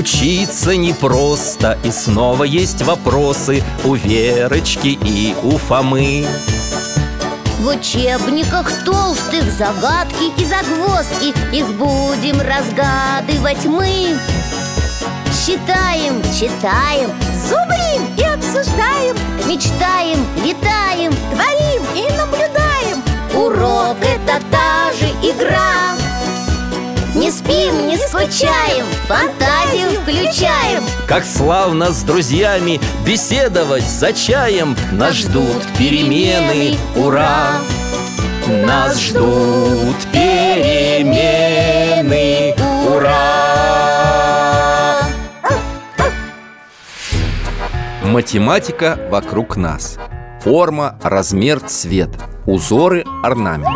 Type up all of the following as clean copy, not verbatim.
Учиться непросто, и снова есть вопросы у Верочки и у Фомы. В учебниках толстых загадки и загвоздки, их будем разгадывать мы. Считаем, читаем, зубрим и обсуждаем, мечтаем, летаем, творим и наблюдаем. Урок — это та же игра. Не спим, не скучаем, фантазию включаем. Как славно с друзьями беседовать за чаем. Нас ждут перемены, ура! Нас ждут перемены, ура! Математика вокруг нас. Форма, размер, цвет, узоры, орнамент.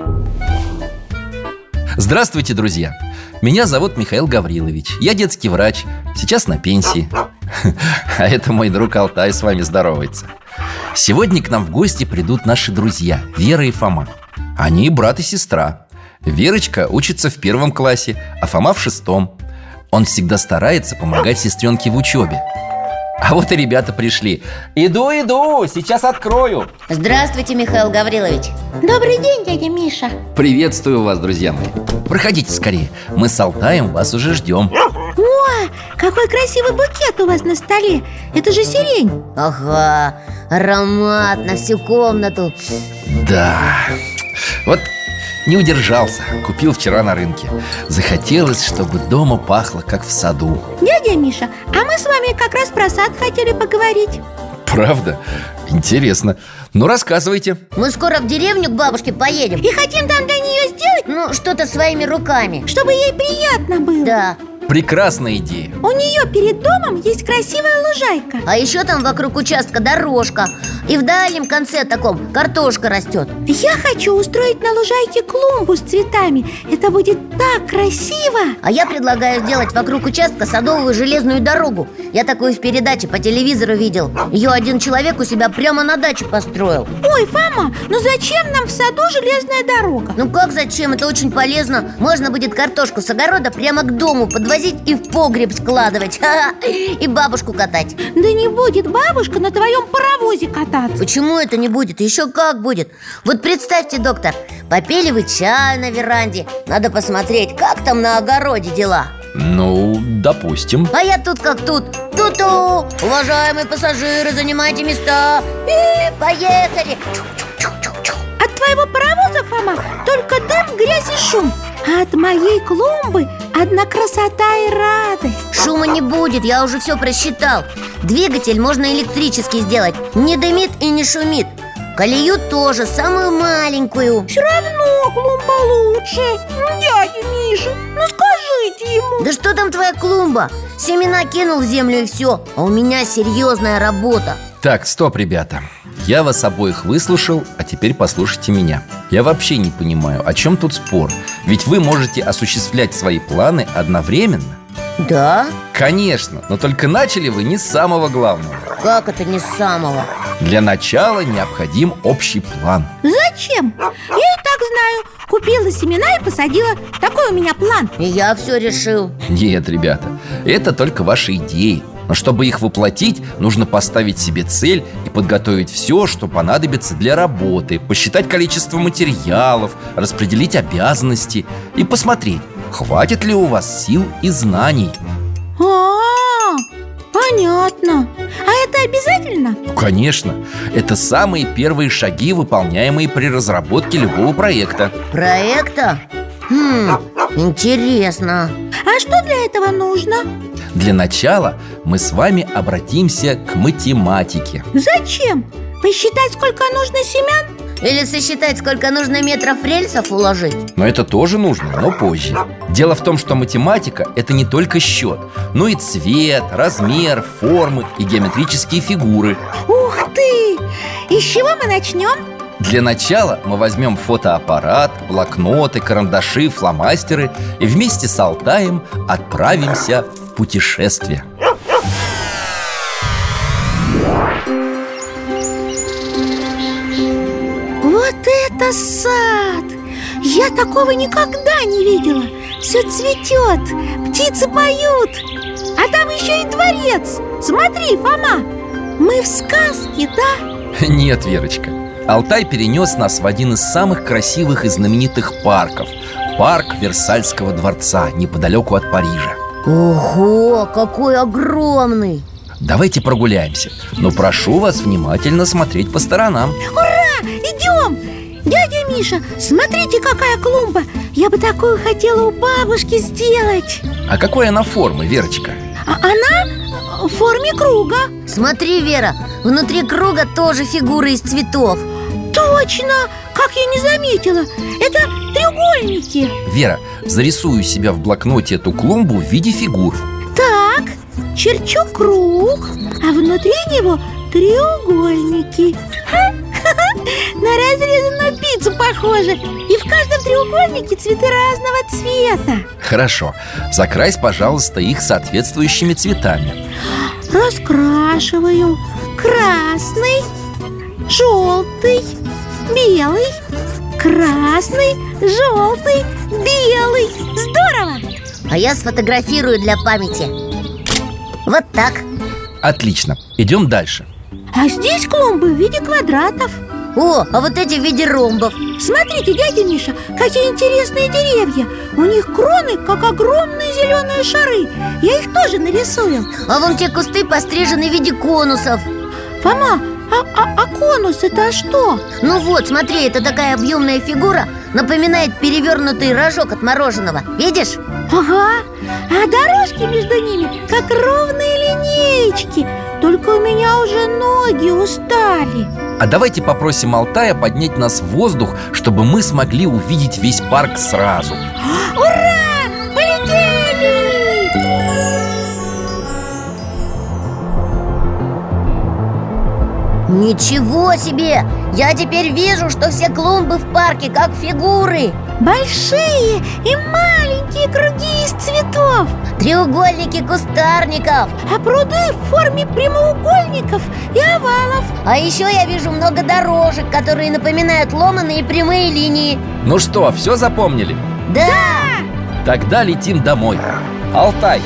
Здравствуйте, друзья! Меня зовут Михаил Гаврилович. Я детский врач, сейчас на пенсии. А это мой друг Алтай с вами здоровается. Сегодня к нам в гости придут наши друзья Вера и Фома. Они брат и сестра. Верочка учится в 1 классе, а Фома в 6. Он всегда старается помогать сестренке в учебе. А вот и ребята пришли. Иду, сейчас открою. Здравствуйте, Михаил Гаврилович. Добрый день, дядя Миша. Приветствую вас, друзья мои. Проходите скорее, мы с Алтаем вас уже ждем. О, какой красивый букет у вас на столе. Это же сирень. Ага, аромат на всю комнату. Да, вот не удержался, купил вчера на рынке. Захотелось, чтобы дома пахло, как в саду. Дядя Миша, а мы с вами как раз про сад хотели поговорить. Правда? Интересно. Ну, рассказывайте. Мы скоро в деревню к бабушке поедем. И хотим там для нее сделать, что-то своими руками. чтобы ей приятно было. Да. Прекрасная идея. У нее перед домом есть красивая лужайка. А еще там вокруг участка дорожка. И в дальнем конце таком картошка растет. Я хочу устроить на лужайке клумбу с цветами. Это будет так красиво. А я предлагаю сделать вокруг участка садовую железную дорогу. Я такую в передаче по телевизору видел. Ее один человек у себя прямо на даче построил. Ой, Фома, ну зачем нам в саду железная дорога? Ну как зачем? Это очень полезно. Можно будет картошку с огорода прямо к дому подвозить и в погреб складывать. И бабушку катать. Да не будет бабушка на твоем паровозе кататься. Почему это не будет? Еще как будет. Вот представьте, доктор, попили вы чай на веранде. Надо посмотреть, как там на огороде дела. Ну, допустим. А я тут как тут. Ту-ту! Уважаемые пассажиры, занимайте места. И поехали. От твоего паровоза, Фома, только дым, грязь и шум. А от моей клумбы одна красота и радость. Шума не будет, я уже все просчитал. Двигатель можно электрический сделать. Не дымит и не шумит. Колею тоже, самую маленькую. Все равно клумба лучше. Дядя Миша, ну скажите ему. Да что там твоя клумба? Семена кинул в землю и все. А у меня серьезная работа. Так, стоп, ребята. Я вас обоих выслушал, а теперь послушайте меня. Я вообще не понимаю, о чем тут спор. Ведь вы можете осуществлять свои планы одновременно. Да? Конечно, но только начали вы не с самого главного. Как это не с самого? Для начала необходим общий план. Зачем? Я и так знаю. Купила семена и посадила. Такой у меня план. И я все решил. Нет, ребята, это только ваши идеи. Но чтобы их воплотить, нужно поставить себе цель и подготовить все, что понадобится для работы, посчитать количество материалов, распределить обязанности и посмотреть, хватит ли у вас сил и знаний. Понятно. А это обязательно? Конечно, это самые первые шаги, выполняемые при разработке любого проекта. Проекта? Интересно. А что для этого нужно? Для начала мы с вами обратимся к математике. Зачем? Посчитать, сколько нужно семян? Или сосчитать, сколько нужно метров рельсов уложить? Но это тоже нужно, но позже. Дело в том, что математика – это не только счет, но и цвет, размер, формы и геометрические фигуры. Ух ты! И с чего мы начнем? Для начала мы возьмем фотоаппарат, блокноты, карандаши, фломастеры и вместе с Алтаем отправимся в путешествие. Вот это сад! Я такого никогда не видела. Все цветет, птицы поют. А там еще и дворец. Смотри, Фома, мы в сказке, да? Нет, Верочка, Алтай перенес нас в один из самых красивых и знаменитых парков. Парк Версальского дворца, неподалеку от Парижа. Ого, какой огромный! Давайте прогуляемся, но прошу вас внимательно смотреть по сторонам. Ура! Идем! Дядя Миша, смотрите, какая клумба! Я бы такую хотела у бабушки сделать. А какой она формы, Верочка? Она в форме круга. Смотри, Вера, внутри круга тоже фигуры из цветов. Точно! Как я не заметила! Это треугольники. Вера, зарисую себя в блокноте эту клумбу в виде фигур. Так, черчу круг, а внутри него треугольники. На разрезанную пиццу похоже. И в каждом треугольнике цветы разного цвета. Хорошо, закрась, пожалуйста, их соответствующими цветами. Раскрашиваю. Красный, желтый, белый. Красный, желтый, белый. Здорово! А я сфотографирую для памяти. Вот так. Отлично, идем дальше. А здесь клумбы в виде квадратов. О, а вот эти в виде ромбов. Смотрите, дядя Миша, какие интересные деревья. У них кроны, как огромные зеленые шары. Я их тоже нарисую. А вон те кусты пострижены в виде конусов. Фома, а конус это что? Ну вот, смотри, это такая объемная фигура. Напоминает перевернутый рожок от мороженого. Видишь? Ага, а дорожки между ними как ровные линеечки. Только у меня уже ноги устали. А давайте попросим Алтая поднять нас в воздух, чтобы мы смогли увидеть весь парк сразу. Ура! Полетели! Ничего себе! Я теперь вижу, что все клумбы в парке как фигуры. Большие и маленькие круги из цветов. Треугольники кустарников. А пруды в форме прямоугольников и овалов. А еще я вижу много дорожек, которые напоминают ломаные прямые линии. Ну что, все запомнили? Да! Тогда летим домой. Алтай!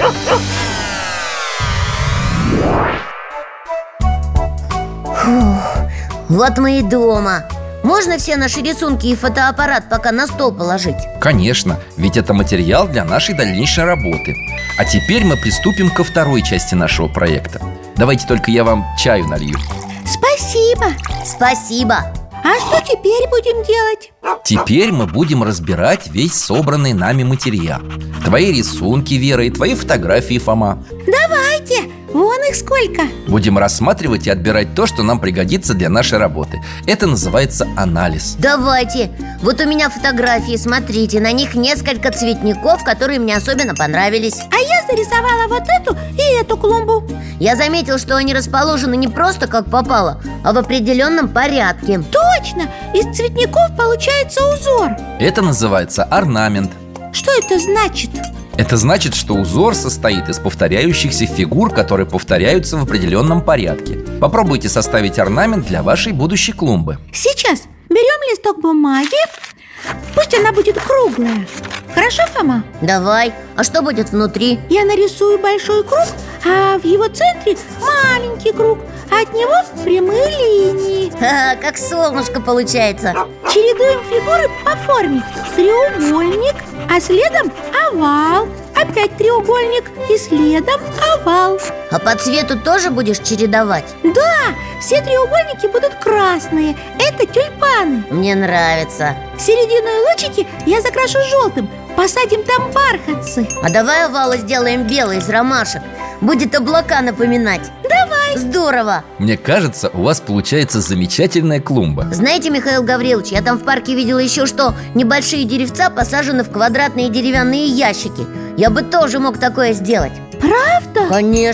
Вот мы и дома. Можно все наши рисунки и фотоаппарат пока на стол положить? Конечно, ведь это материал для нашей дальнейшей работы. А теперь мы приступим ко второй части нашего проекта. Давайте только я вам чаю налью. Спасибо. Спасибо. А что теперь будем делать? Теперь мы будем разбирать весь собранный нами материал. Твои рисунки, Вера, и твои фотографии, Фома. Давайте, вон их сколько. Будем рассматривать и отбирать то, что нам пригодится для нашей работы. Это называется анализ. Давайте. Вот у меня фотографии, смотрите. На них несколько цветников, которые мне особенно понравились. А я зарисовала вот эту и эту клумбу. Я заметил, что они расположены не просто как попало, а в определенном порядке. Точно, из цветников получается узор. Это называется орнамент. Что это значит? Это значит, что узор состоит из повторяющихся фигур, которые повторяются в определенном порядке. Попробуйте составить орнамент для вашей будущей клумбы. Сейчас берем листок бумаги. Пусть она будет круглая. Хорошо, Фома? Давай. А что будет внутри? Я нарисую большой круг, а в его центре маленький круг, а от него прямые линии. Ха-ха, как солнышко получается. Чередуем фигуры по форме. Треугольник, а следом овал. Опять треугольник и следом овал. А по цвету тоже будешь чередовать? Да, все треугольники будут красные. Это тюльпаны. Мне нравится. Середину и лучики я закрашу желтым. Посадим там бархатцы. А давай овалы сделаем белые из ромашек. Будет облака напоминать. Давай. Здорово. Мне кажется, у вас получается замечательная клумба. Знаете, Михаил Гаврилович, я там в парке видела еще, что небольшие деревца посажены в квадратные деревянные ящики. Я бы тоже мог такое сделать. Правда? Конечно.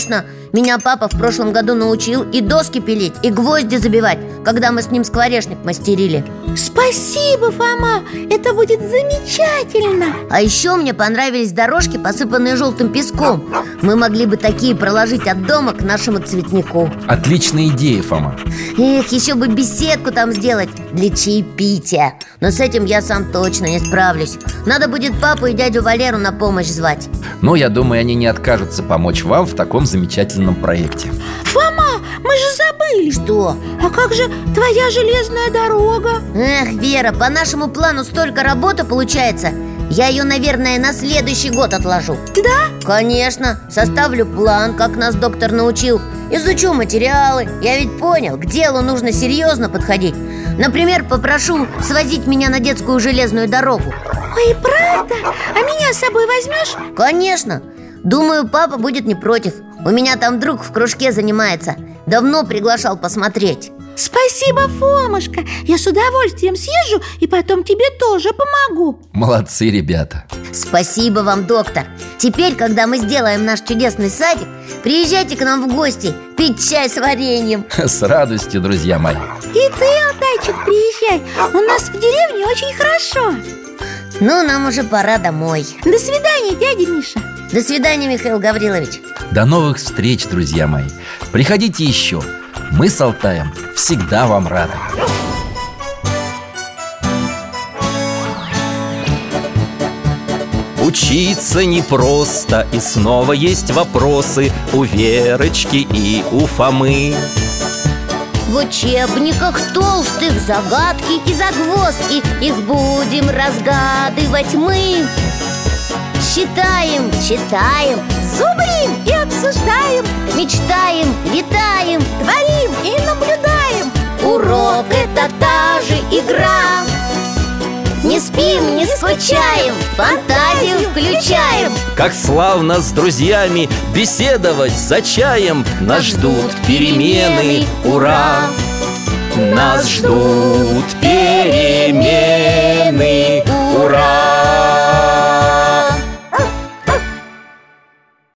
Меня папа в прошлом году научил и доски пилить, и гвозди забивать, когда мы с ним скворечник мастерили. Спасибо, Фома, это будет замечательно. А еще мне понравились дорожки, посыпанные желтым песком. Мы могли бы такие проложить от дома к нашему цветнику. Отличная идея, Фома. Эх, еще бы беседку там сделать для чаепития. Но с этим я сам точно не справлюсь. Надо будет папу и дядю Валеру на помощь звать. Но я думаю, они не откажутся помочь вам в таком замечательном проекте. Фома, мы же забыли. Что? А как же твоя железная дорога? Эх, Вера, по нашему плану столько работы получается. Я ее, наверное, на следующий год отложу. Да? Конечно, составлю план, как нас доктор научил. Изучу материалы. Я ведь понял, к делу нужно серьезно подходить. Например, попрошу свозить меня на детскую железную дорогу. Ой, правда? А меня с собой возьмешь? Конечно. Думаю, папа будет не против. У меня там друг в кружке занимается. Давно приглашал посмотреть. Спасибо, Фомушка. Я с удовольствием съезжу и потом тебе тоже помогу. Молодцы, ребята. Спасибо вам, доктор. Теперь, когда мы сделаем наш чудесный садик, приезжайте к нам в гости пить чай с вареньем. С радостью, друзья мои. И ты, Алтайчик, приезжай. У нас в деревне очень хорошо. Ну, нам уже пора домой. До свидания, дядя Миша. До свидания, Михаил Гаврилович. До новых встреч, друзья мои. Приходите еще. Мы с Алтаем всегда вам рады. Учиться непросто, и снова есть вопросы у Верочки и у Фомы. В учебниках толстых загадки и загвоздки, их будем разгадывать мы. Считаем, читаем, Зубрим и обсуждаем, мечтаем, летаем, творим и наблюдаем. урок — это та же игра. Не спим, не скучаем, фантазию включаем. Как славно с друзьями беседовать за чаем. Нас ждут перемены, ура! Нас ждут перемены,